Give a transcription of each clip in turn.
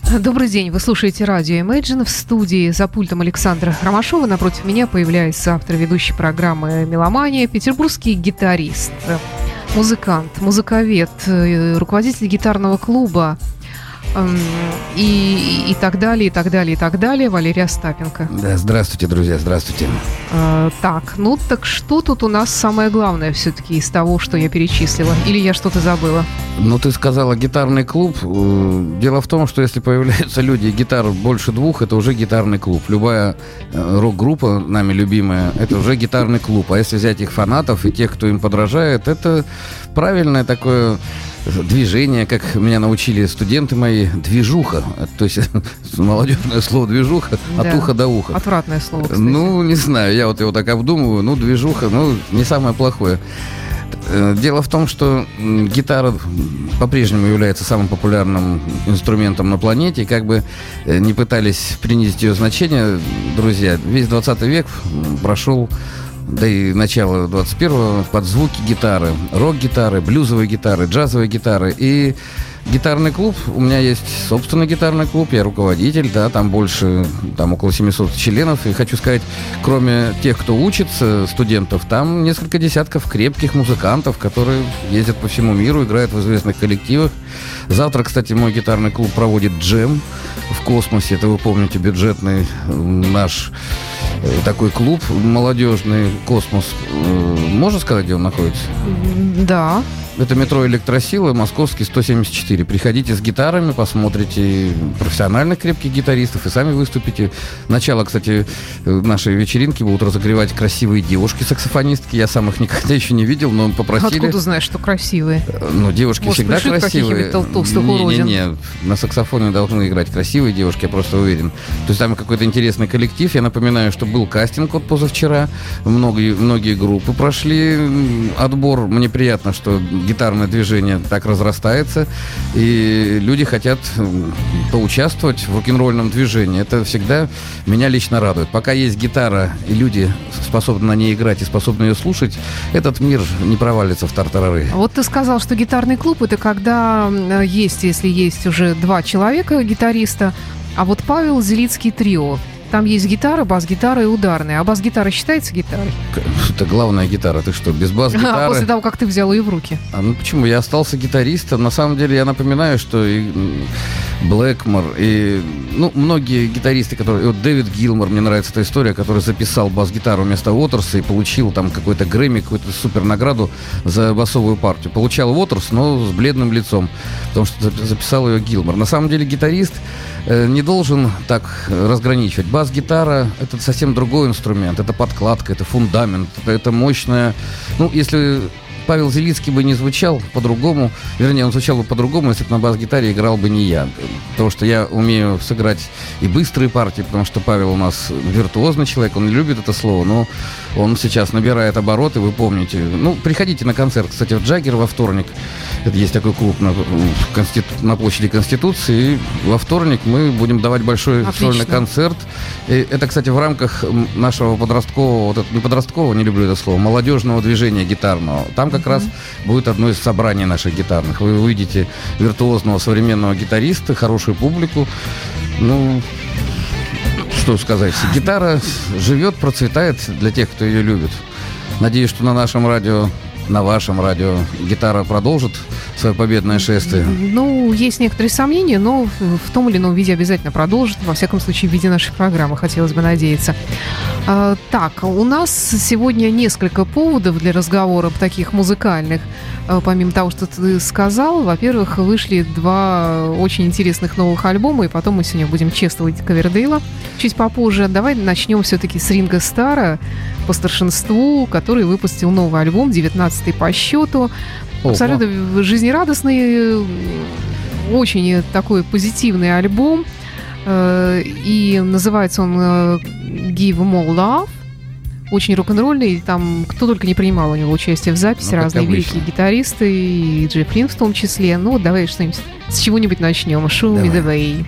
Добрый день, вы слушаете радио Imagine. В студии за пультом Александра Ромашова. Напротив меня появляется автор ведущей программы «Меломания», петербургский гитарист, музыкант, музыковед, руководитель гитарного клуба и так далее, и так далее, и так далее, Валерий Остапенко. Да, здравствуйте, друзья, здравствуйте. Так что тут у нас самое главное все-таки из того, что я перечислила? Или я что-то забыла? Ты сказала гитарный клуб. Дело в том, что если появляются люди, гитар больше двух, это уже гитарный клуб. Любая рок-группа, нами любимая, это уже гитарный клуб. А если взять их фанатов и тех, кто им подражает, это правильное такое движение, как меня научили студенты мои, движуха. То есть молодежное слово движуха, да, от уха до уха. Отвратное слово, кстати. Не знаю, я вот его так обдумываю. Движуха, не самое плохое. Дело в том, что гитара по-прежнему является самым популярным инструментом на планете. И как бы не пытались принизить ее значение, друзья, весь 20 век прошел, да и начало 21-го, под звуки гитары, рок-гитары, блюзовые гитары, джазовые гитары. И гитарный клуб, у меня есть собственный гитарный клуб, я руководитель, да, там около 700 членов. И хочу сказать, кроме тех, кто учится, студентов, там несколько десятков крепких музыкантов, которые ездят по всему миру, играют в известных коллективах. Завтра, кстати, мой гитарный клуб проводит джем в космосе. Это вы помните, бюджетный наш такой клуб молодежный, «Космос». Можно сказать, где он находится? Да. Это метро «Электросила», Московский, 174. Приходите с гитарами, посмотрите профессиональных крепких гитаристов и сами выступите. Начало, кстати, нашей вечеринки будут разогревать красивые девушки-саксофонистки. Я сам их никогда еще не видел, но попросили. Откуда знаешь, что красивые? Девушки может, всегда красивые. Не, на саксофоне должны играть красивые девушки, я просто уверен. То есть там какой-то интересный коллектив. Я напоминаю, что был кастинг вот позавчера. Многие группы прошли отбор. Мне приятно, что гитарное движение так разрастается, и люди хотят поучаствовать в рок-н-ролльном движении. Это всегда меня лично радует. Пока есть гитара, и люди способны на ней играть и способны ее слушать, этот мир не провалится в тартарары. Вот ты сказал, что гитарный клуб — это когда если есть уже два человека, гитариста, а вот Павел Зелицкий трио. Там есть гитара, бас-гитара и ударная. А бас-гитара считается гитарой? Это главная гитара. Ты что, без бас-гитары? После того, как ты взял ее в руки. Почему? Я остался гитаристом. На самом деле, я напоминаю, что и Блэкмор, и многие гитаристы, которые... Вот Дэвид Гилмор, мне нравится эта история, который записал бас-гитару вместо Уотерса и получил там какой-то Грэмми, какую-то супер награду за басовую партию. Получал Уотерс, но с бледным лицом, потому что записал ее Гилмор. На самом деле, гитарист не должен так разграничивать. Бас-гитара — это совсем другой инструмент. Это подкладка, это фундамент, это мощная... Если Павел Зелицкий бы не звучал по-другому, вернее, он звучал бы по-другому, если бы на бас-гитаре играл бы не я. Потому что я умею сыграть и быстрые партии, потому что Павел у нас виртуозный человек, он не любит это слово, но он сейчас набирает обороты, вы помните. Приходите на концерт, кстати, в Джаггер во вторник. Это есть такой клуб на площади Конституции. И во вторник мы будем давать большой сольный концерт. И это, кстати, в рамках нашего подросткового, не люблю это слово, молодежного движения гитарного. Там как раз будет одно из собраний наших гитарных. Вы увидите виртуозного современного гитариста, хорошую публику. Что сказать. Гитара живет, процветает для тех, кто ее любит. Надеюсь, что на вашем радио гитара продолжит свое победное шествие. Есть некоторые сомнения, но в том или ином виде обязательно продолжит. Во всяком случае, в виде нашей программы, хотелось бы надеяться. У нас сегодня несколько поводов для разговоров таких музыкальных. Помимо того, что ты сказал, во-первых, вышли два очень интересных новых альбома, и потом мы сегодня будем чествовать Ковердейла чуть попозже. Давай начнем все-таки с Ринго Старра по старшинству, который выпустил новый альбом, 19-й по счету. Абсолютно жизнерадостный, очень такой позитивный альбом. И называется он «Give More Love». Очень рок-н-ролльный, там кто только не принимал у него участие в записи, разные великие гитаристы, и Джефф Линн в том числе. Давай что-нибудь с чего-нибудь начнем. Show me the way.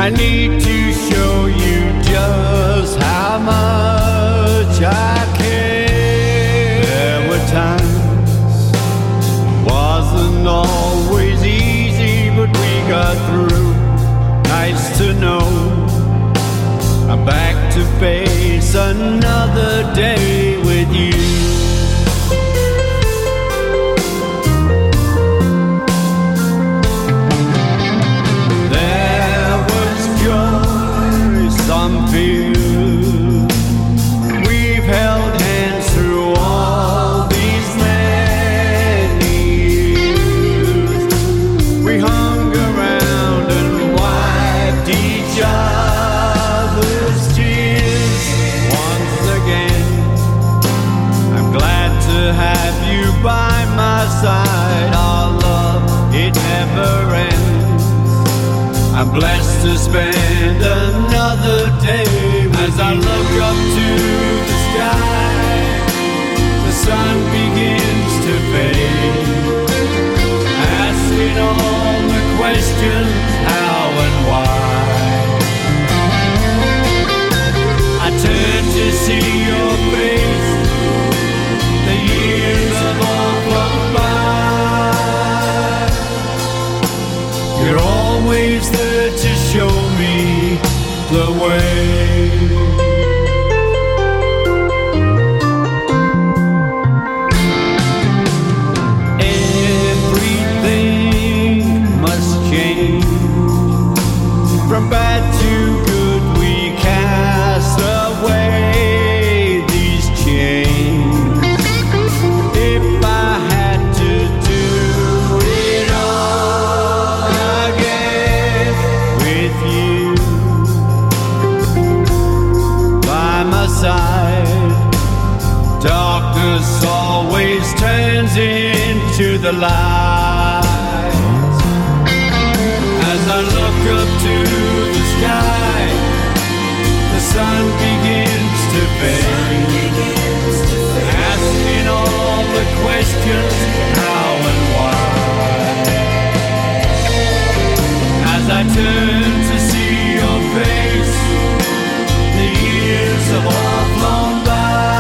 I need to show you just how much I care. There were times, wasn't always easy, but we got through. Nice to know I'm back to face another day with you. There was joy, some fear. We've held hands through all these many years. We hung around and wiped each other's tears. Once again, I'm glad to have you by my side. Our love, it never ends. I'm blessed to spend another day with as you. I look up to the sky, the sun begins to fade, asking all the questions, how and why. I turn to see your face, the years have all flown by. You're always there to show me the way. Everything must change. From bad to good we cast away these chains. If I had to do it all again with you by my side, darkness always turns into the light. As I look up to the sky, the sun begins to fade, asking all the questions, how and why. As I turn to see your face, the years have all flown by.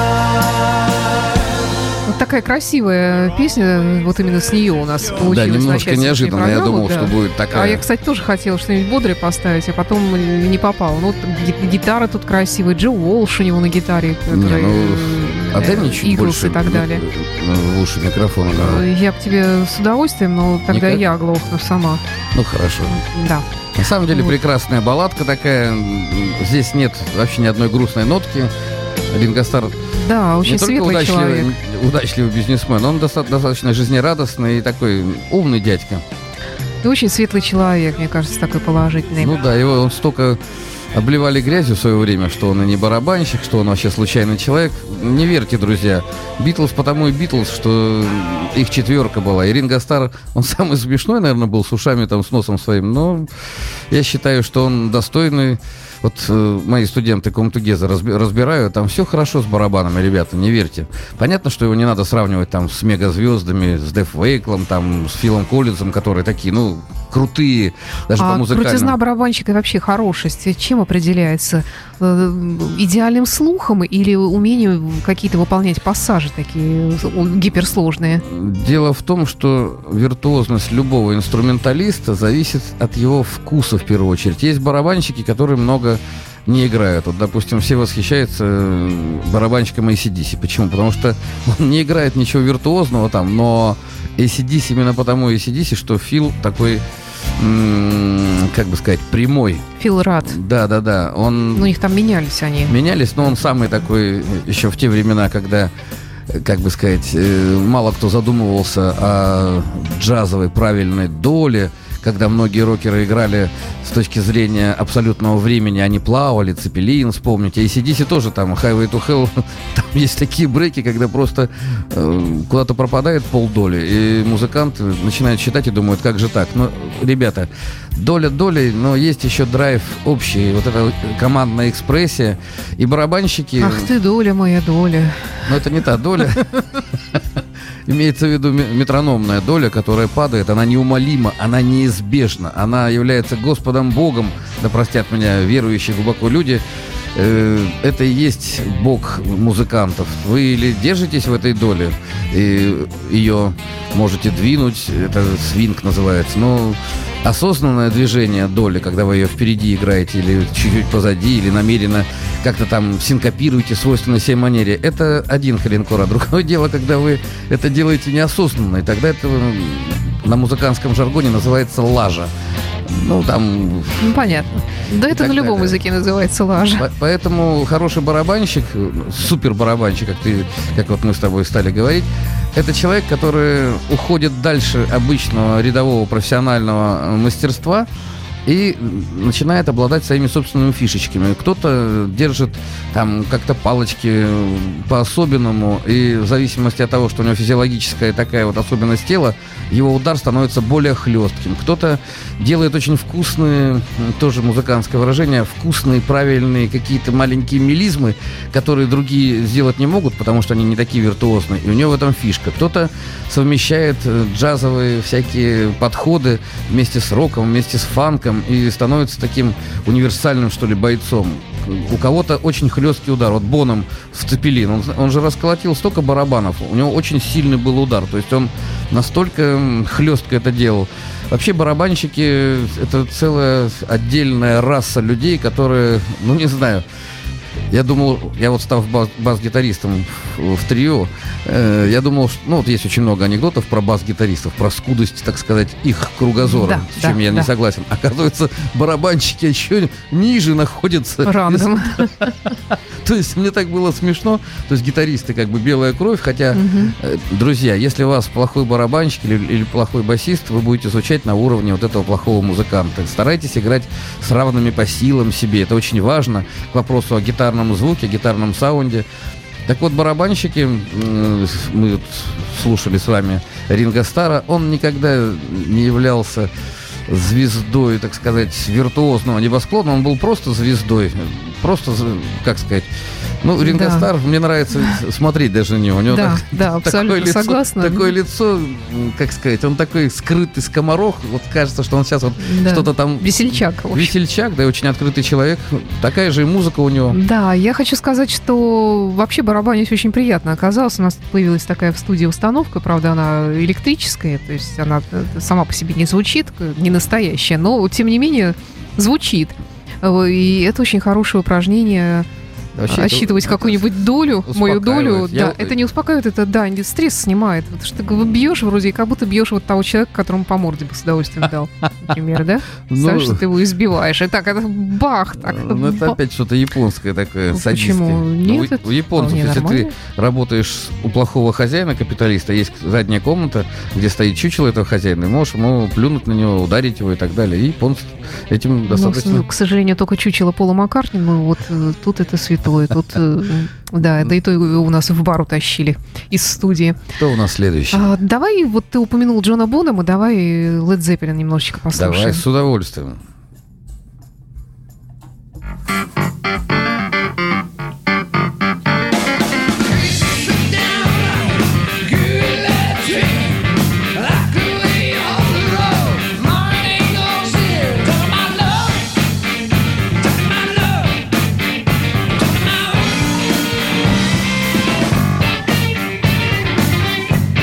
Вот такая красивая песня, вот именно с нее у нас получилась. Да, немножко неожиданно, я думал, да. что будет такая. А я, кстати, тоже хотела что-нибудь бодрое поставить, а потом не попала. Ну, вот гитара тут красивая, Джо Уолш у него на гитаре, отдай мне чуть больше и так далее. В уши микрофона. Я бы тебе с удовольствием, но тогда Никак? я оглохну сама. Ну, хорошо. Да. На самом деле прекрасная балладка такая. Здесь нет вообще ни одной грустной нотки. Ринго Старр Да, очень не только светлый человек. удачливый бизнесмен, он достаточно жизнерадостный и такой умный дядька. И очень светлый человек, мне кажется, такой положительный. Ну да, его он столько обливали грязью в свое время, что он и не барабанщик, что он вообще случайный человек. Не верьте, друзья. Битлз потому и Битлз, что их четверка была. И Ринго Старр, он самый смешной, наверное, был, с ушами, там, с носом своим. Но я считаю, что он достойный. Вот мои студенты Come-Together разбирают, там все хорошо с барабанами, ребята, не верьте. Понятно, что его не надо сравнивать там с мегазвездами, с Дэв Вейклом, там, с Филом Коллинзом, которые такие, ну, крутые, даже по музыкальному. Крутизна барабанщика и вообще хорошесть чем определяется? Идеальным слухом или умением какие-то выполнять пассажи такие гиперсложные? Дело в том, что виртуозность любого инструменталиста зависит от его вкуса в первую очередь. Есть барабанщики, которые много не играют. Вот, допустим, все восхищаются барабанщиком AC/DC. Почему? Потому что он не играет ничего виртуозного там, но AC/DC именно потому AC/DC, что Фил такой, как бы сказать, прямой. Фил Рад. Да. Он... Ну, у них там менялись они. Менялись, но он самый такой, еще в те времена, когда, как бы сказать, мало кто задумывался о джазовой правильной доле, когда многие рокеры играли с точки зрения абсолютного времени, они плавали, Цепелин, вспомните, и AC/DC тоже там, Highway to Hell, там есть такие бреки, когда просто куда-то пропадает полдоли, и музыканты начинают считать и думают, как же так? Ну, ребята, доля долей, но есть еще драйв общий, вот эта командная экспрессия, и барабанщики... Ах ты, доля моя, доля. Но это не та доля. имеется в виду метрономная доля, которая падает, она неумолима, она неизбежна, она является Господом Богом, да простят меня верующие глубоко люди. Это и есть Бог музыкантов. Вы или держитесь в этой доле, и ее можете двинуть, это свинг называется, но осознанное движение доли, когда вы ее впереди играете, или чуть-чуть позади, или намеренно как-то там синкопируете свойственно всей манере, это один коленкор. А другое дело, когда вы это делаете неосознанно, и тогда это на музыкантском жаргоне называется лажа. Ну, там... Ну, понятно. Да, это на любом языке называется лажа. Поэтому хороший барабанщик, супер барабанщик, как вот мы с тобой стали говорить, это человек, который уходит дальше обычного рядового профессионального мастерства и начинает обладать своими собственными фишечками. Кто-то держит там как-то палочки по-особенному, и в зависимости от того, что у него физиологическая такая вот особенность тела, его удар становится более хлестким. Кто-то делает очень вкусные, тоже музыкантское выражение, вкусные, правильные какие-то маленькие мелизмы, которые другие сделать не могут, потому что они не такие виртуозные, и у него в этом фишка. Кто-то совмещает джазовые всякие подходы вместе с роком, вместе с фанком, и становится таким универсальным, что ли, бойцом. У кого-то очень хлесткий удар. Вот Боном в Цепелин, он же расколотил столько барабанов, у него очень сильный был удар, то есть он настолько хлестко это делал. Вообще барабанщики — это целая отдельная раса людей, которые, ну не знаю, я думал, я вот став бас-гитаристом в трио, я думал, что, ну вот есть очень много анекдотов про бас-гитаристов, про скудость, так сказать, их кругозора, да, с чем я не согласен. Оказывается, барабанщики еще ниже находятся. Рандом. То есть мне так было смешно. То есть гитаристы как бы белая кровь, хотя, друзья, если у вас плохой барабанщик или плохой басист, вы будете звучать на уровне вот этого плохого музыканта. Старайтесь играть с равными по силам себе. Это очень важно к вопросу о гитарном звуке, гитарном саунде. Так вот, барабанщики, мы вот слушали с вами Ринго Старра, он никогда не являлся звездой, так сказать, виртуозного небосклона, он был просто звездой, просто, как сказать, ну, Ринго Старр, мне нравится смотреть даже на него. У него абсолютно лицо, согласна. Такое лицо, как сказать, он такой скрытый скоморох, вот кажется, что он сейчас вот что-то там... Весельчак. Весельчак, да, и очень открытый человек. Такая же и музыка у него. Да, я хочу сказать, что вообще барабанить очень приятно оказалось. У нас появилась такая в студии установка, правда, она электрическая, то есть она сама по себе не звучит, не настоящая, но, тем не менее, звучит. И это очень хорошее упражнение. Вообще, отсчитывать какую-нибудь долю, мою долю, это не успокаивает, это, стресс снимает. Потому что ты бьешь вроде, как будто бьешь вот того человека, которому по морде бы с удовольствием дал, например, да? Представляешь, что ты его избиваешь. И так, это бах, так. Ну, это опять что-то японское такое, садистское. Почему? Нет, у японцев, если ты работаешь у плохого хозяина, капиталиста, есть задняя комната, где стоит чучело этого хозяина, и можешь ему плюнуть на него, ударить его и так далее. И японцы этим достаточно... к сожалению, только чучело Пола Маккартни, но вот тут это святое. Тут, да, это и то у нас в бар утащили из студии. Кто у нас следующий? Давай, вот ты упомянул Джона Бонема, давай Led Zeppelin немножечко послушаем. Давай, с удовольствием.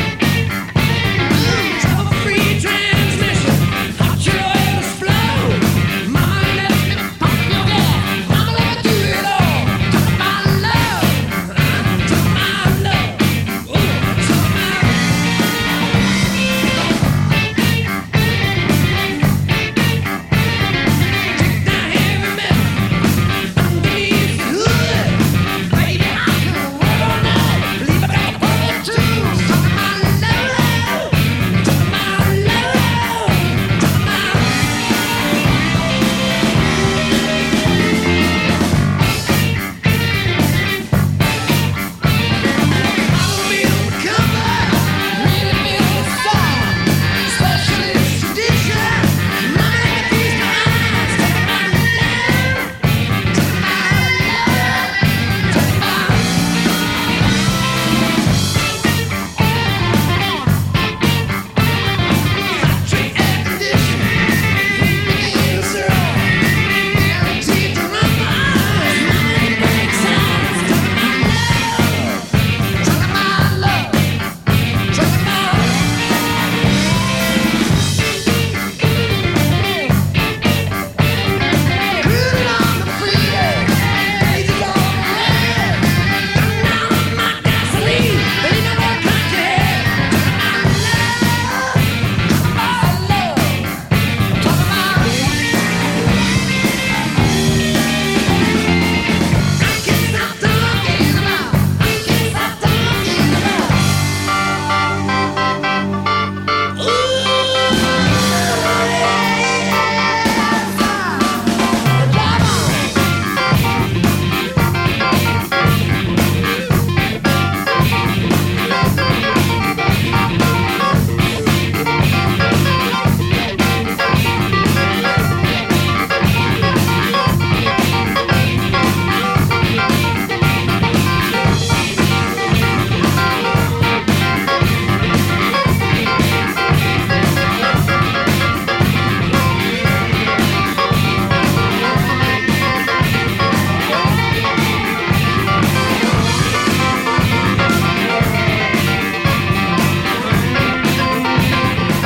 Transmission, hot your flow.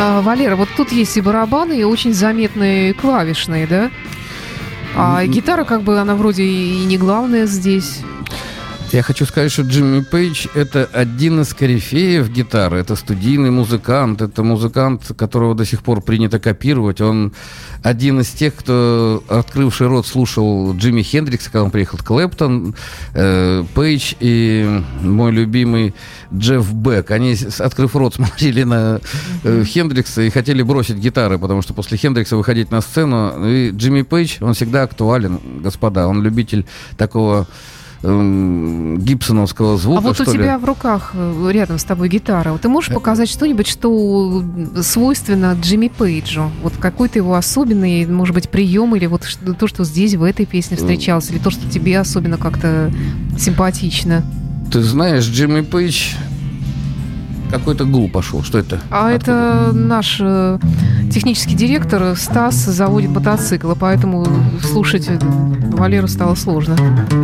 Валера, вот тут есть и барабаны, и очень заметные клавишные, да? А гитара, как бы, она вроде и не главная здесь. Я хочу сказать, что Джимми Пейдж — это один из корифеев гитары. Это студийный музыкант. Это музыкант, которого до сих пор принято копировать. Он один из тех, кто, открывший рот, слушал Джимми Хендрикса, когда он приехал, Клэптон, Пейдж и мой любимый Джефф Бек. Они, открыв рот, смотрели на Хендрикса и хотели бросить гитары, потому что после Хендрикса выходить на сцену. И Джимми Пейдж, он всегда актуален, господа. Он любитель такого гибсоновского звука. А вот у тебя в руках рядом с тобой гитара. Ты можешь показать что-нибудь, что свойственно Джимми Пейджу? Вот какой-то его особенный, может быть, прием, или вот то, что здесь в этой песне встречалось, или то, что тебе особенно как-то симпатично? Ты знаешь, Джимми Пейдж какой-то гул пошел. Что это? Это наш технический директор Стас заводит мотоцикл, поэтому слушать Валеру стало сложно.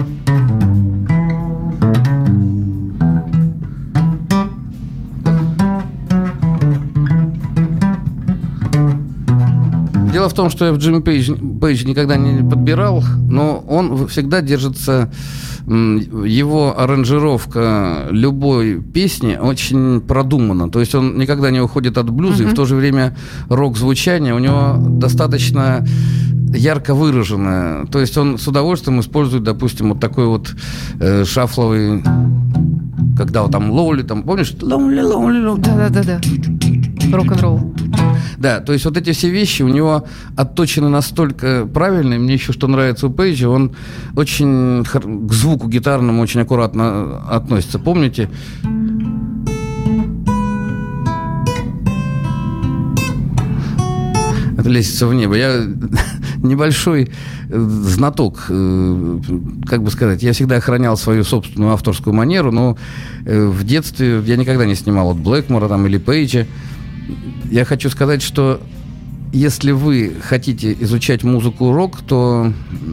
Дело в том, что я в Джимми Пейдж никогда не подбирал, но он всегда держится, его аранжировка любой песни очень продумана. То есть он никогда не уходит от блюза, и в то же время рок-звучание у него достаточно ярко выраженное. То есть он с удовольствием использует, допустим, вот такой вот шафловый, когда вот там лоули, там, помнишь? Лоули. Да. Рок-н-ролл. Да, то есть вот эти все вещи у него отточены настолько правильно. Мне еще что нравится у Пейджа, он очень к звуку гитарному очень аккуратно относится. Помните? Это лестница в небо. Я небольшой знаток, как бы сказать, я всегда охранял свою собственную авторскую манеру, но в детстве я никогда не снимал от Блэкмора там, или Пейджа. Я хочу сказать, что если вы хотите изучать музыку рок, то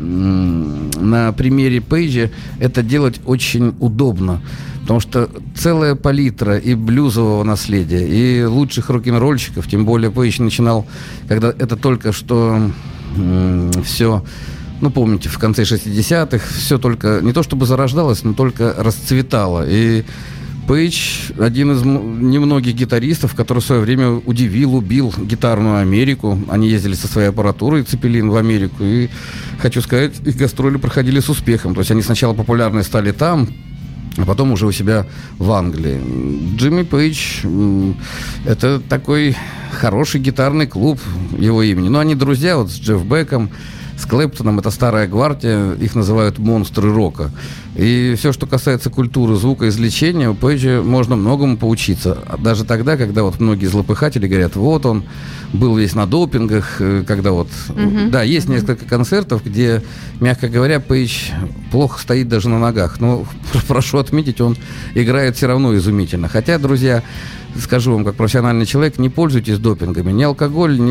на примере Пейджа это делать очень удобно. Потому что целая палитра и блюзового наследия, и лучших рок-н-ролльщиков, тем более Пейдж начинал, когда это только что все, ну, помните, в конце 60-х, все только, не то чтобы зарождалось, но только расцветало. И Пейдж один из немногих гитаристов, который в свое время убил гитарную Америку. Они ездили со своей аппаратурой Цепелин в Америку. И, хочу сказать, их гастроли проходили с успехом. То есть они сначала популярны стали там, а потом уже у себя в Англии. Джимми Пейдж – это такой хороший гитарный клуб его имени. Но они друзья вот с Джефф Беком, с Клэптоном, это старая гвардия, их называют монстры рока. И все, что касается культуры звукоизвлечения, у Пейджа можно многому поучиться. Даже тогда, когда вот многие злопыхатели говорят, вот он был весь на допингах, когда вот... Да, есть несколько концертов, где, мягко говоря, Пейдж плохо стоит даже на ногах. Но, прошу отметить, он играет все равно изумительно. Хотя, друзья, скажу вам, как профессиональный человек, не пользуйтесь допингами. Ни алкоголь,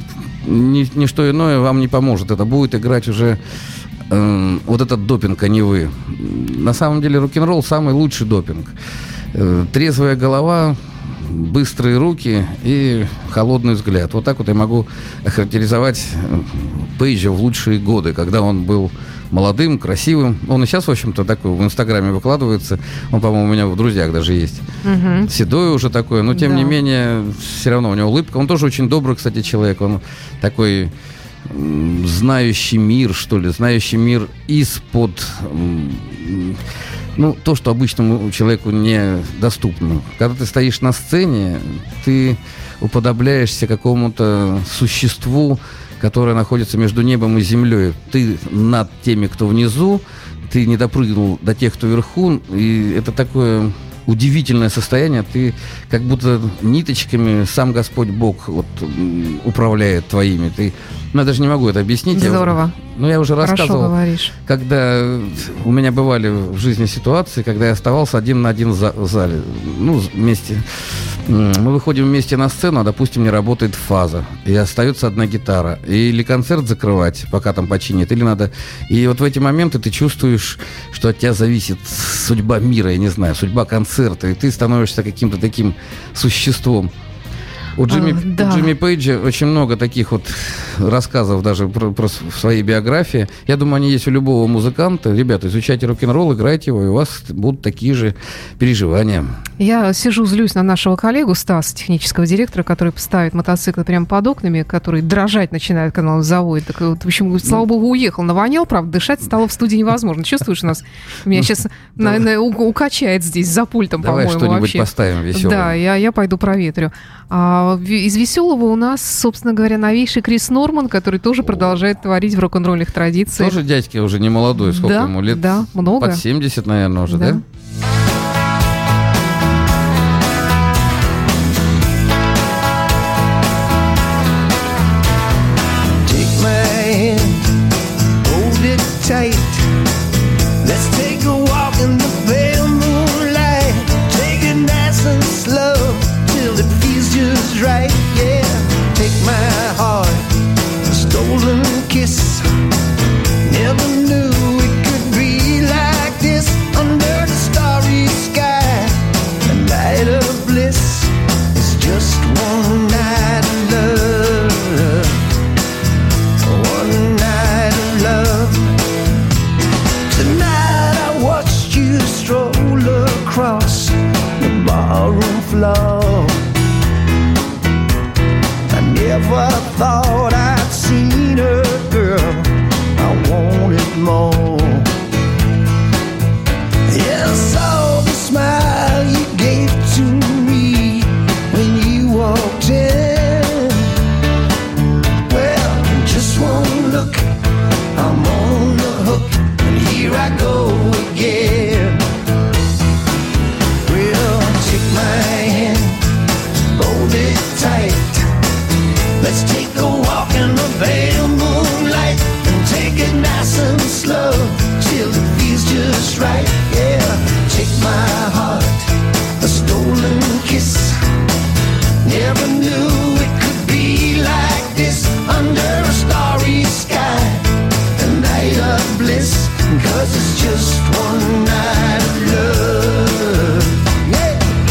ни что иное вам не поможет. Это будет играть уже вот этот допинг, а не вы. На самом деле рок-н-ролл самый лучший допинг. Трезвая голова, быстрые руки и холодный взгляд. Вот так вот я могу охарактеризовать Пейджа в лучшие годы, когда он был молодым, красивым. Он и сейчас, в общем-то, такой в Инстаграме выкладывается. Он, по-моему, у меня в друзьях даже есть. Седой уже такой, но тем не менее, все равно у него улыбка. Он тоже очень добрый, кстати, человек. Он такой знающий мир, что ли, знающий мир из-под, ну, то, что обычному человеку недоступно. Когда ты стоишь на сцене, ты уподобляешься какому-то существу, которое находится между небом и землей. Ты над теми, кто внизу, ты не допрыгнул до тех, кто вверху, и это такое удивительное состояние. Ты как будто ниточками сам Господь Бог вот управляет твоими. Я даже не могу это объяснить. Здорово. Я уже рассказывал, хорошо говоришь. Когда у меня бывали в жизни ситуации, когда я оставался один на один в зале. Ну, вместе. Мы выходим вместе на сцену, а, допустим, не работает фаза, и остается одна гитара. Или концерт закрывать, пока там починят, или надо... И вот в эти моменты ты чувствуешь, что от тебя зависит судьба мира, я не знаю, судьба концерта, и ты становишься каким-то таким существом. У Да. Джимми Пейджа очень много таких вот рассказов даже про в своей биографии. Я думаю, они есть у любого музыканта. Ребята, изучайте рок-н-ролл, играйте его, и у вас будут такие же переживания. Я сижу, злюсь на нашего коллегу Стаса, технического директора, который ставит мотоциклы прямо под окнами, который дрожать начинает, когда он заводит. Так вот, в общем, слава богу, уехал. Навонял, правда, дышать стало в студии невозможно. Чувствуешь нас? Меня сейчас, наверное, укачает здесь за пультом, Давай по-моему, что-нибудь вообще. поставим веселое. Да, я пойду проветрю. Из веселого у нас, собственно говоря, новейший Крис Норман, который тоже продолжает творить в рок-н-ролльных традициях. Тоже дядьки уже не молодой, сколько Да, ему лет? да, много. Под 70, наверное, уже, Да. да? Take my hand, hold it tight. Let's take a walk in the pale moonlight. Take it nice and slow till it feels just right. Yeah, take my heart, a stolen kiss. Never knew it could be like this under the starry sky. A night of bliss is just one night of love. One night of love. Tonight I watched you stroll across the ballroom floor. I never thought I'd seen a girl I wanted more. Yeah, I saw the smile you gave to me when you walked in. Well, just one look, I'm on the hook, and here I go again. Well, take my hand, hold it tight. Let's take a walk in the pale moonlight and take it nice and slow till it feels just right. Yeah, take my heart, a stolen kiss. Never knew it could be like this under a starry sky. A night of bliss, 'cause it's just one night of love. Yeah.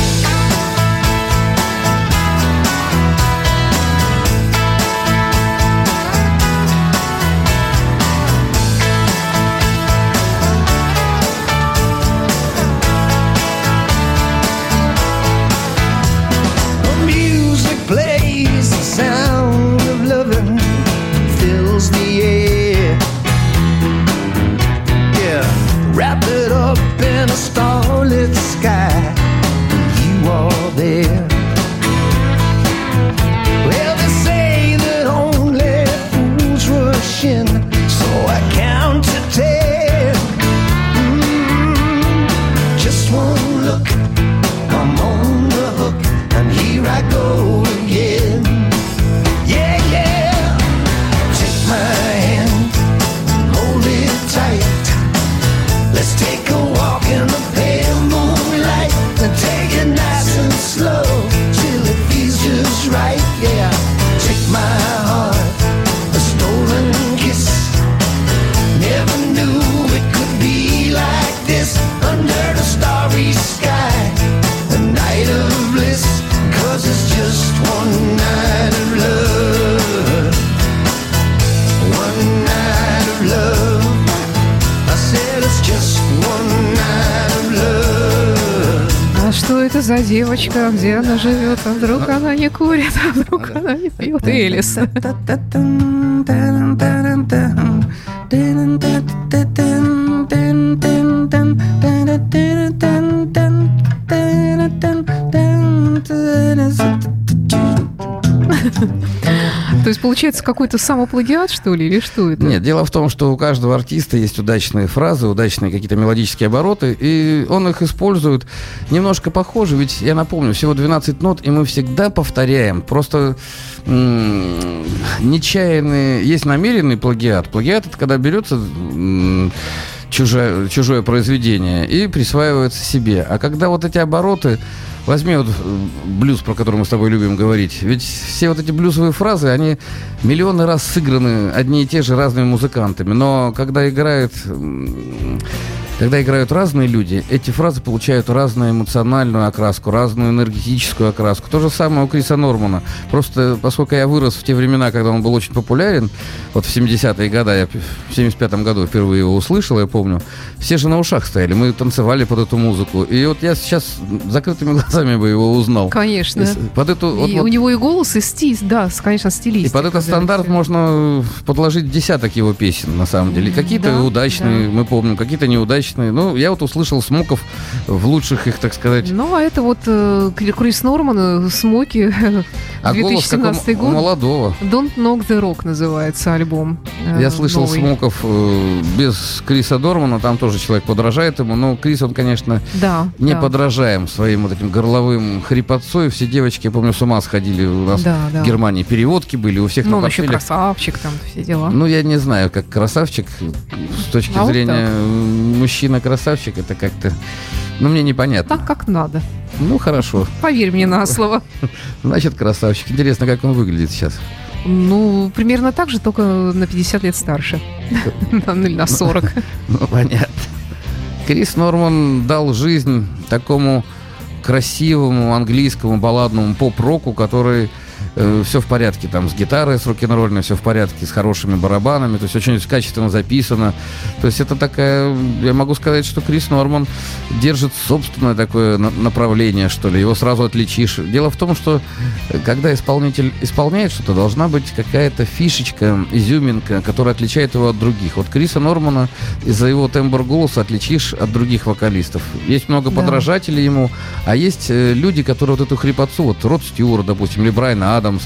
The music plays, the sound of loving fills the air. Yeah, wrap it up in a starlit sky. You are there. Well, they say that only fools rush in, so I count to 10. Just one look, I'm on the hook, and here I go again. Yeah, yeah. Take my hand, hold it tight. Let's take a walk in the pale moonlight and take it nice and slow till it feels just right. Yeah, take my heart, a stolen kiss. Never knew it could be like this under the starry sky. A night of bliss, 'cause it's just one night of love. One night of love. I said it's just one night of love. А что это за девочка? Где она живет? А вдруг она не курит? А вдруг она не пьет? Элис. То есть, получается, какой-то самоплагиат, что ли, или что это? Нет, дело в том, что у каждого артиста есть удачные фразы, удачные какие-то мелодические обороты, и он их использует немножко похоже, ведь, я напомню, всего 12 нот, и мы всегда повторяем, просто нечаянный, есть намеренный плагиат. Плагиат — это когда берется чужое произведение и присваивается себе. А когда вот эти обороты... Возьми вот блюз, про который мы с тобой любим говорить. Ведь все вот эти блюзовые фразы, они миллионы раз сыграны одни и те же разными музыкантами. Но когда играет когда играют разные люди, эти фразы получают разную эмоциональную окраску, разную энергетическую окраску. То же самое у Криса Нормана. Просто поскольку я вырос в те времена, когда он был очень популярен, вот в 70-е годы, я в 75-м году впервые его услышал, я помню, все же на ушах стояли, мы танцевали под эту музыку. И вот я сейчас закрытыми глазами бы его узнал. Конечно. Под эту, У него и голос, и стиль, да, конечно, стилистика. И под этот стандарт можно подложить десяток его песен, на самом деле. Какие-то Да, удачные, мы помним, какие-то неудачные. Ну, я вот услышал Смоков в лучших их, так сказать. Ну, а это вот Крис Норман, Смоки, А голос как 2017 у год. молодого. Don't Knock the Rock называется альбом. Я слышал новый. Смоков без Криса Нормана, там тоже человек подражает ему, но Крис, он, конечно, Да, не да. подражаем своим вот этим горловым хрипотцой. Все девочки, я помню, с ума сходили. У нас Да, да. в Германии переводки были, у всех Ну, на он еще портфелях. красавчик, там все дела. Ну, я не знаю, как красавчик, с точки А вот зрения мужчина-красавчик, это как-то, ну, мне непонятно. Так, как надо. Ну, хорошо, Поверь мне на слово. значит, красавчик. Интересно, как он выглядит сейчас. Ну, примерно так же, только на 50 лет старше. Ну, или на 40. Ну, понятно. Крис Норман дал жизнь такому красивому английскому балладному поп-року, который все в порядке, там, с гитарой, с рок-н-ролльной, все в порядке, с хорошими барабанами, то есть очень качественно записано. То есть это такая, я могу сказать, что Крис Норман держит собственное такое направление, что ли, его сразу отличишь. Дело в том, что когда исполнитель исполняет что-то, должна быть какая-то фишечка, изюминка, которая отличает его от других. Вот Криса Нормана из-за его тембр голоса отличишь от других вокалистов. Есть много Да. подражателей ему, а есть люди, которые вот эту хрипотцу, вот Род Стюарт, допустим, или Брайан Адамс,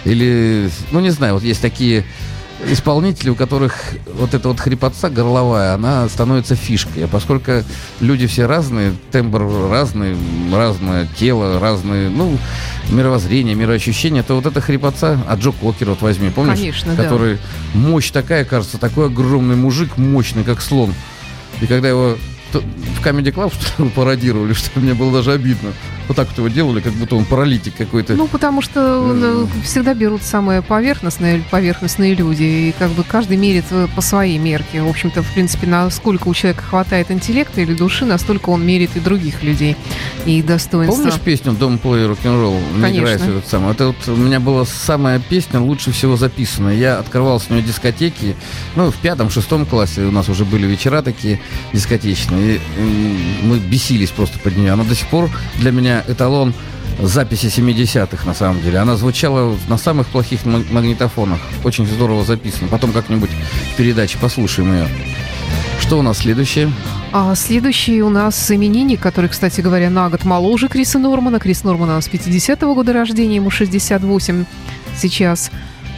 или, ну, не знаю, вот есть такие исполнители, у которых вот эта вот хрипотца горловая, она становится фишкой. А поскольку люди все разные, тембр разный, разное тело, разные, ну, мировоззрение, мироощущение, то вот эта хрипотца, а Джо Кокер, вот возьми, помнишь? Конечно, да. Который мощь такая, кажется, такой огромный мужик, мощный, как слон. И когда его в Comedy Club, что ли, пародировали, что мне было даже обидно. Вот так вот его делали, как будто он паралитик какой-то. Ну, потому что всегда берут самые поверхностные люди, и как бы каждый мерит по своей мерке. В общем-то, в принципе, насколько у человека хватает интеллекта или души, настолько он мерит и других людей, и их достоинства. Помнишь песню «Don't play rock'n'roll»? Конечно. Не играй этот самый. Это вот у меня была самая песня, лучше всего записанная. Я открывал с нее дискотеки. Ну, в 5-6 классе у нас уже были вечера такие дискотечные. И мы бесились просто под нее. Она до сих пор для меня эталон записи 70-х, на самом деле. Она звучала на самых плохих магнитофонах. Очень здорово записано. Потом как-нибудь в передаче послушаем ее. Что у нас следующее? А следующий у нас именинник, который, кстати говоря, на год моложе Криса Нормана. Крис Норман у нас 50-го года рождения, ему 68 сейчас.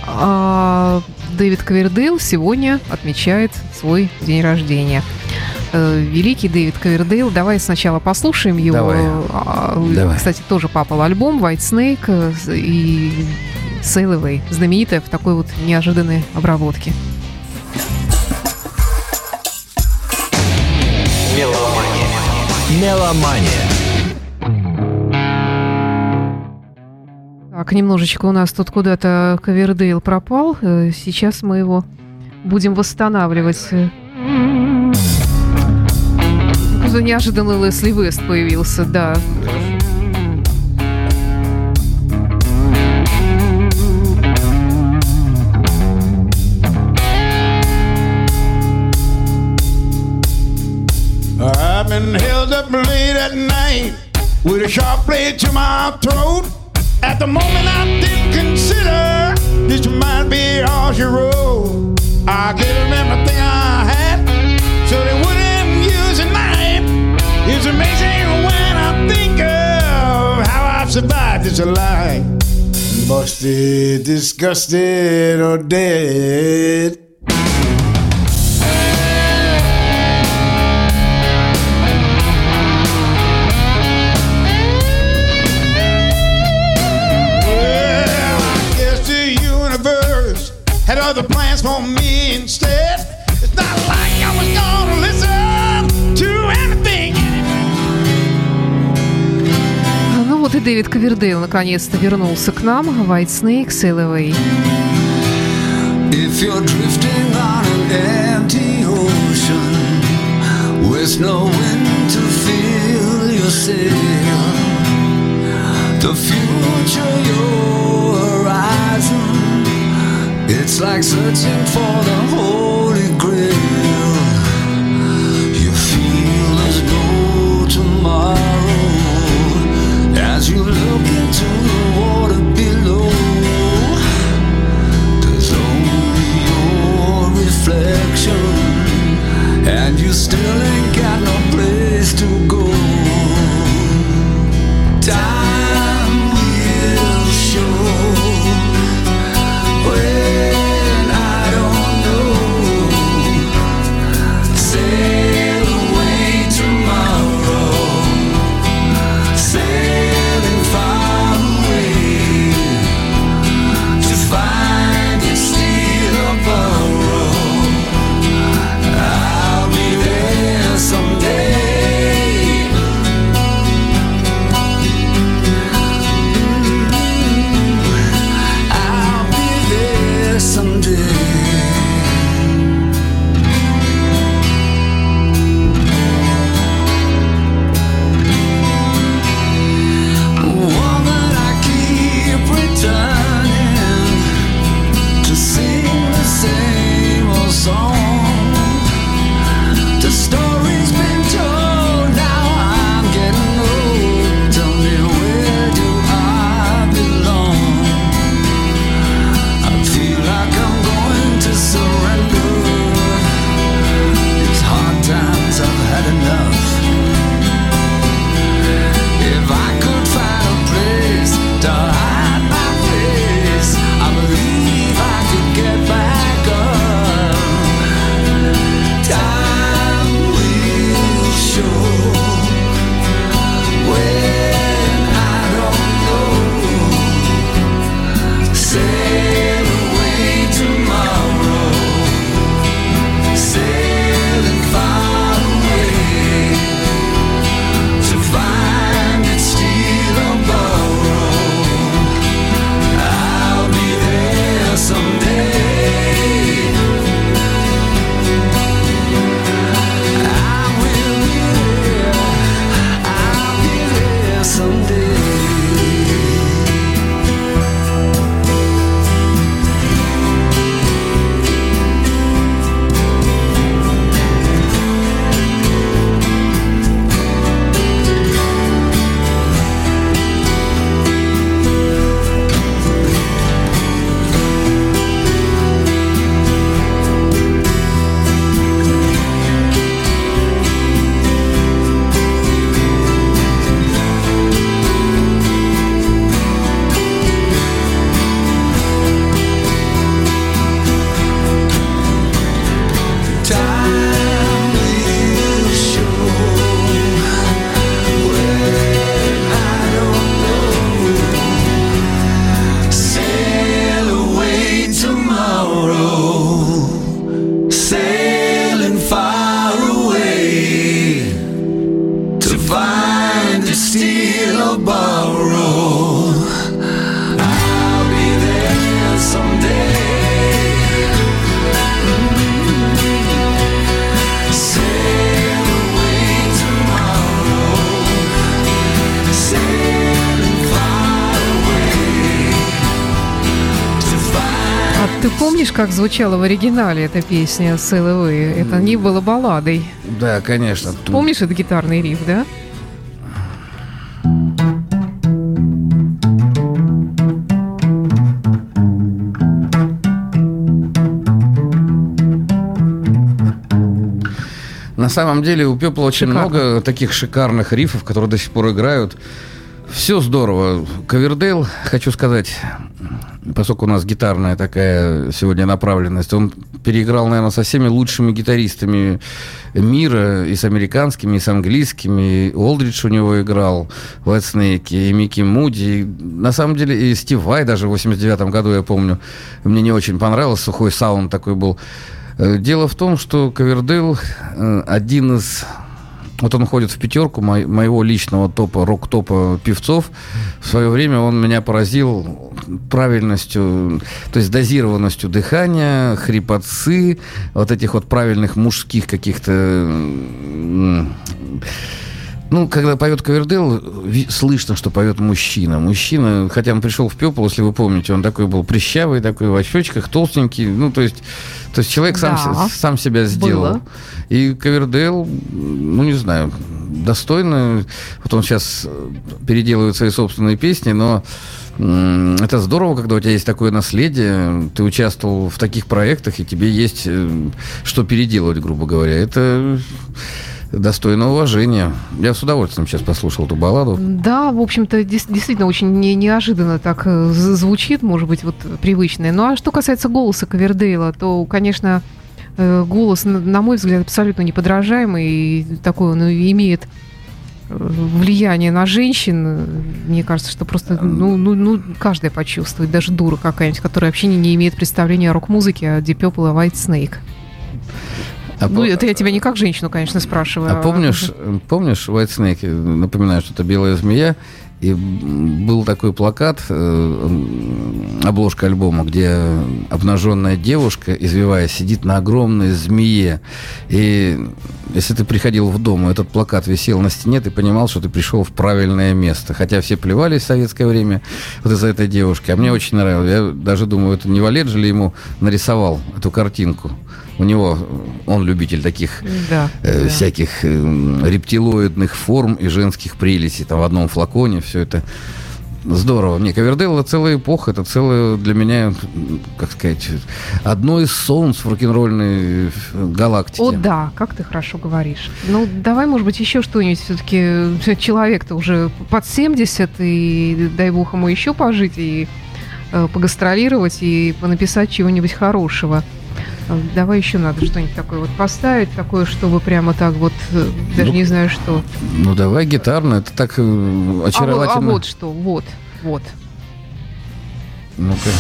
А Дэвид Ковердейл сегодня отмечает свой день рождения. Великий Дэвид Ковердейл. Давай сначала послушаем его. Давай. Кстати, тоже папал альбом White Snake и Sail Away. Знаменитая в такой вот неожиданной обработке. Меломания. Так, немножечко у нас тут куда-то Ковердейл пропал. Сейчас мы его будем восстанавливать. Какой-то неожиданный Лесли Вест появился, да. I've been held up late at night with a sharp blade to my throat. At the moment I didn't consider this might be all she wrote. I gave them everything I had so they wouldn't use a knife. It's amazing when I think of how I've survived this life. Busted, disgusted, or dead. Had other plans for me instead. It's not like I was gonna listen to anything. Ну вот и Дэвид Ковердейл наконец-то вернулся к нам. White Snake, Sail Away. If you're drifting on an empty ocean with no wind to fill your sail. The future, your horizon, it's like searching for the Holy Grail. You feel there's no tomorrow as you look into the water below. There's only your reflection, and you still ain't got no place to go. Time will show when I don't know. Sail away tomorrow, sailing far away to find and steal a borrow. I'll be there someday. I'll be there someday. Woman, I keep returning to sing the same old song. The story's been told, now I'm getting old. Tell me, where do I belong? I feel like I'm going to surrender. These hard times, I've had enough. If I could find a place to hide my face, I believe I could get back up. Time will show when I don't know. Sail away tomorrow, sailing far away to find and steal or borrow. I'll be there someday. I will be there. I'll be there someday. Time will show when I don't know. Sail away tomorrow, sailing far away to find and steal or borrow. I'll be there someday. Sail away tomorrow, sailing far away to find. А ты помнишь, как звучала в оригинале эта песня «Sail Away»? Это не было балладой. Да, конечно. Помнишь этот гитарный риф, да? На самом деле у Пепла очень Шикарно. много таких шикарных рифов, которые до сих пор играют. Все здорово. Ковердейл, хочу сказать, поскольку у нас гитарная такая сегодня направленность, он переиграл, наверное, со всеми лучшими гитаристами мира, и с американскими, и с английскими. И Олдридж у него играл, White Snake, и Микки Муди. И, на самом деле, и Стив Vai даже в 89 году, я помню, мне не очень понравился, сухой саунд такой был. Дело в том, что Ковердейл один из... Вот он входит в пятерку моего личного топа, рок-топа певцов. В свое время он меня поразил правильностью, то есть дозированностью дыхания, хрипотцы, вот этих вот правильных мужских каких-то Ну, когда поет Ковердейл, слышно, что поет мужчина. Мужчина, хотя он пришел в Пепел, если вы помните, он такой был прыщавый, такой в очочках, толстенький. Ну, то есть человек сам себя сделал. Было. И Ковердейл, ну, не знаю, достойно. Вот он сейчас переделывает свои собственные песни, но это здорово, когда у тебя есть такое наследие, ты участвовал в таких проектах, и тебе есть что переделывать, грубо говоря. Это достойно уважения. Я с удовольствием сейчас послушал эту балладу. Да, в общем-то, действительно очень неожиданно так звучит, может быть, вот привычное. Ну, а что касается голоса Ковердейла, то, конечно, голос, на мой взгляд, абсолютно неподражаемый, и такой он имеет влияние на женщин. Мне кажется, что просто, каждая почувствует, даже дура какая-нибудь, которая вообще не имеет представления о рок-музыке, о Deep Purple, о White Snake. Это я тебя не как женщину, конечно, спрашиваю. А помнишь White Snake? Напоминаю, что это белая змея. И был такой плакат, обложка альбома, где обнаженная девушка, извиваясь, сидит на огромной змее. И если ты приходил в дом, и этот плакат висел на стене, ты понимал, что ты пришел в правильное место. Хотя все плевались в советское время вот из-за этой девушки. А мне очень нравилось. Я даже думаю, это не Валет же ли ему нарисовал эту картинку. У него, он любитель таких всяких рептилоидных форм и женских прелестей. Там в одном флаконе все это здорово. Не, Ковердейл — это целая эпоха, это целое для меня, как сказать, одно из солнц в рок-н-ролльной галактике. О, да, как ты хорошо говоришь. Ну, давай, может быть, еще что-нибудь. Все-таки человек-то уже под 70, и дай бог ему еще пожить, и погастролировать, и понаписать чего-нибудь хорошего. Давай еще надо что-нибудь такое вот поставить, такое, чтобы прямо так вот, даже не знаю что. Ну, давай гитарно, это так очаровательно. А вот что, вот. Ну-ка.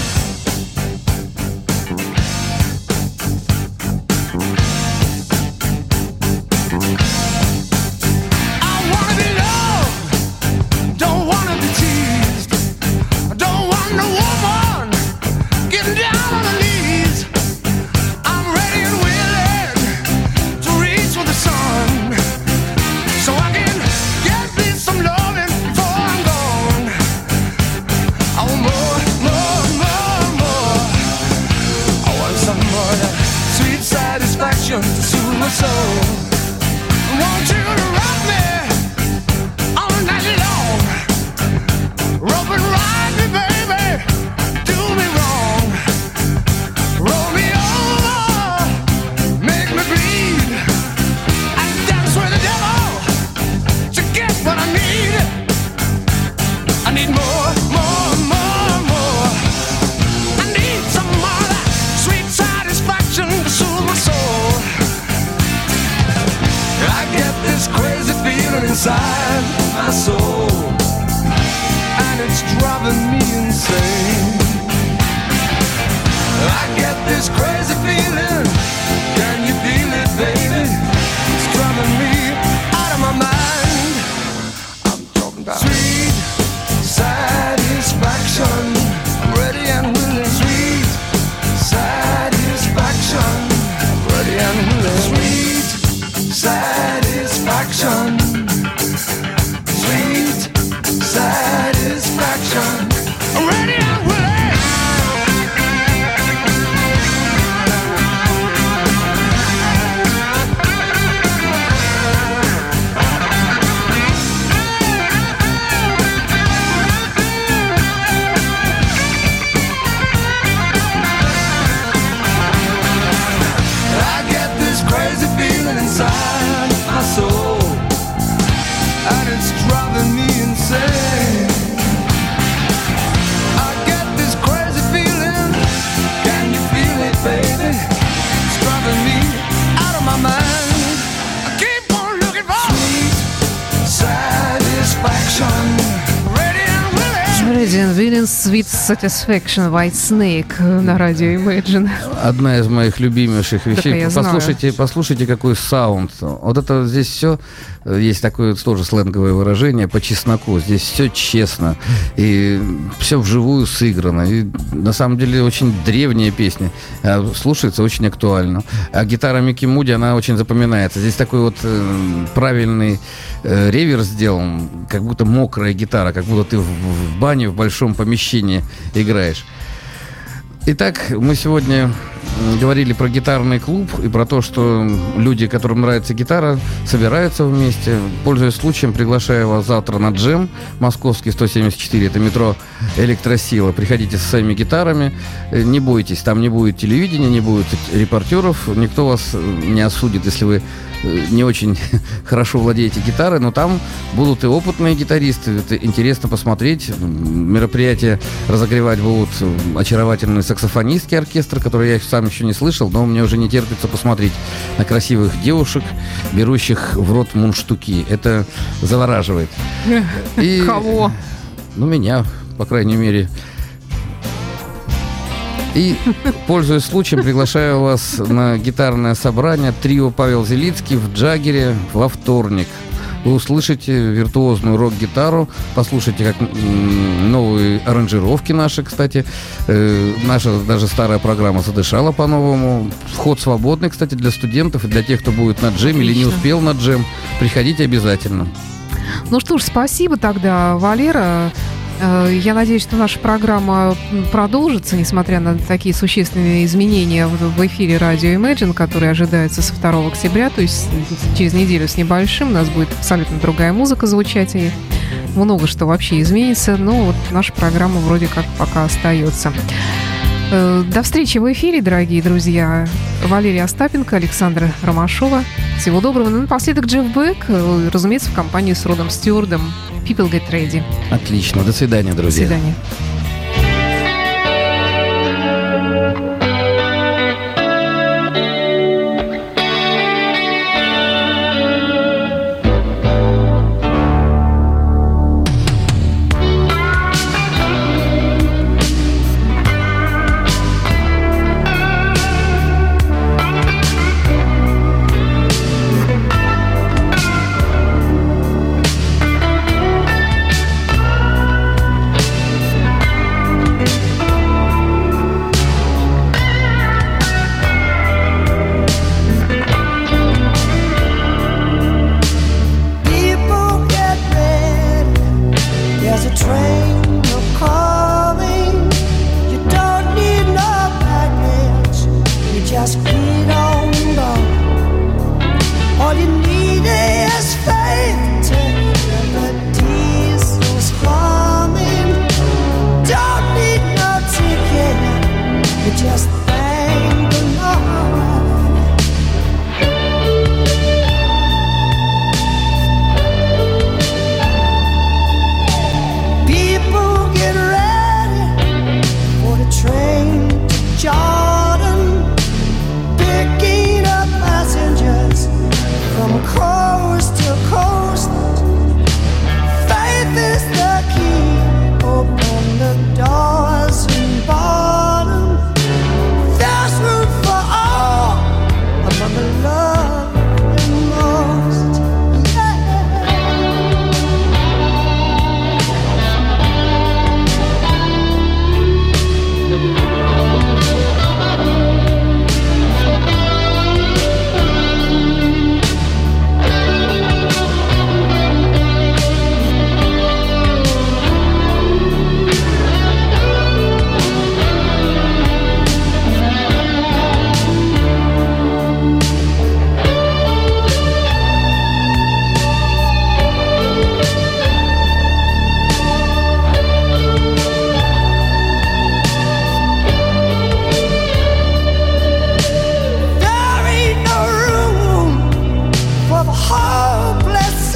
To soothe my soul. Want you to rock me all night long. Rope and ride me, baby. Do me wrong. Roll me over, make me bleed. I dance with the devil to get what I need. I need more. I need some more of that sweet satisfaction to soothe my soul. I get this crazy feeling inside my soul, and it's driving me insane. I get this crazy feeling, can you feel it, baby? It's driving me out of my mind. I'm talking about sweet satisfaction. I'm ready and willing. Sweet satisfaction. I'm ready and willing. Sweet satisfaction, sweet satisfaction. I'm ready and willing. I get this crazy feeling inside my soul, and it's driving me insane. I get this crazy feeling, can you feel it, baby? It's driving me out of my mind. I keep on looking for sweet satisfaction. Ready and willing. Ready and Sweet Satisfaction, White Snake на радио Imagine. Одна из моих любимейших вещей. я знаю. Послушайте, какой саунд. Вот это здесь все, есть такое тоже сленговое выражение, по чесноку. Здесь все честно. И все вживую сыграно. И на самом деле очень древняя песня. Слушается очень актуально. А гитара Микки Муди, она очень запоминается. Здесь такой вот правильный реверс сделан, как будто мокрая гитара, как будто ты в бане в большом помещении играешь. Итак, мы сегодня говорили про гитарный клуб и про то, что люди, которым нравится гитара, собираются вместе. Пользуясь случаем, приглашаю вас завтра на джем. Московский 174, это метро Электросила. Приходите со своими гитарами. Не бойтесь, там не будет телевидения, не будет репортеров. Никто вас не осудит, если вы не очень хорошо владеете гитарой, но там будут и опытные гитаристы. Это интересно посмотреть. Мероприятие разогревать будут очаровательные саксофонистки оркестра, которые я сам еще не слышал, но мне уже не терпится посмотреть на красивых девушек, берущих в рот мундштуки. Это завораживает. И, Кого? ну, меня, по крайней мере. И, пользуясь случаем, приглашаю вас на гитарное собрание трио Павел Зелицкий в Джаггере во вторник. Вы услышите виртуозную рок-гитару, послушайте как новые аранжировки наши, кстати. Наша даже старая программа задышала по-новому. Вход свободный, кстати, для студентов и для тех, кто будет на джеме или не успел на джем. Приходите обязательно. Ну что ж, спасибо тогда, Валера. Я надеюсь, что наша программа продолжится, несмотря на такие существенные изменения в эфире радио Imagine, которые ожидаются со 2 октября, то есть через неделю с небольшим. У нас будет абсолютно другая музыка звучать, и много что вообще изменится. Но вот наша программа вроде как пока остается. До встречи в эфире, дорогие друзья. Валерия Остапенко, Александра Ромашова. Всего доброго. Ну и напоследок Джефф Бек, разумеется, в компании с Родом Стюардом. People Get Ready. Отлично. До свидания, друзья. До свидания.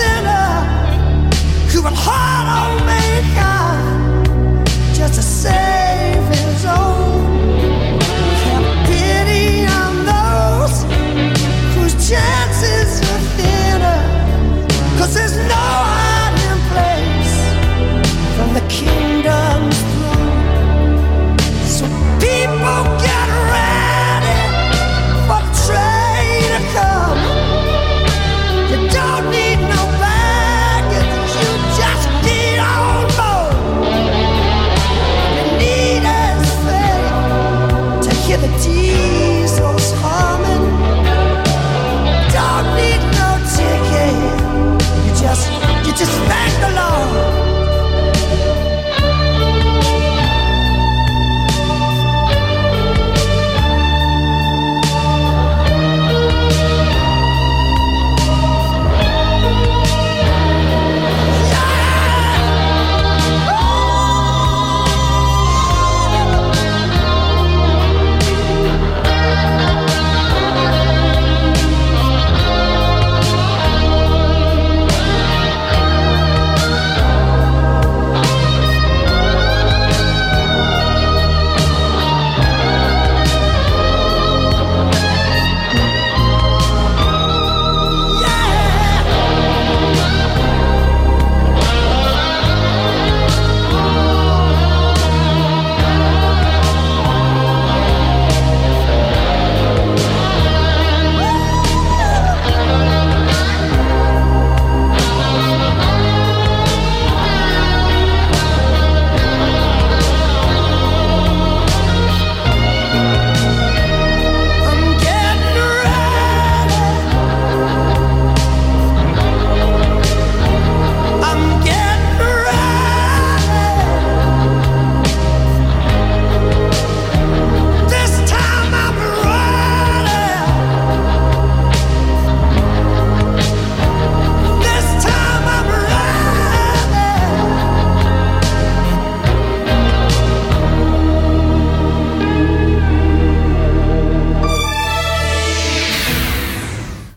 hard on mankind just to say